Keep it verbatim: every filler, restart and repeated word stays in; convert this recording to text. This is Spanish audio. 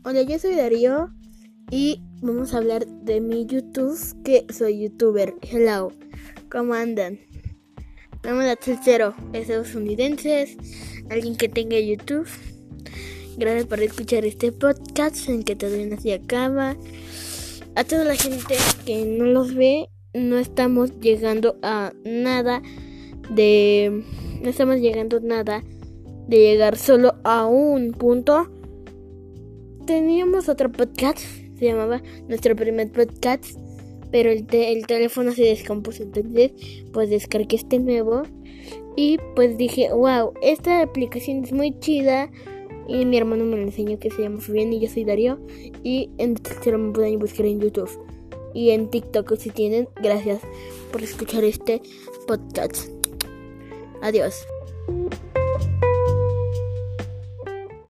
Hola, yo soy Darío y vamos a hablar de mi YouTube, que soy youtuber. Hello, ¿cómo andan? No me da cero, estadounidenses, alguien que tenga YouTube. Gracias por escuchar este podcast en que todavía no se acaba. A toda la gente que no los ve, no estamos llegando a nada de... No estamos llegando a nada de llegar solo a un punto. Teníamos otro podcast, se llamaba nuestro primer podcast, pero el, te- el teléfono se descompuso, entonces pues descargué este nuevo y pues dije, wow, esta aplicación es muy chida, y mi hermano me lo enseñó, que se llama Fabián y yo soy Darío, y en tercero me pueden buscar en YouTube y en TikTok si tienen. Gracias por escuchar este podcast. Adiós.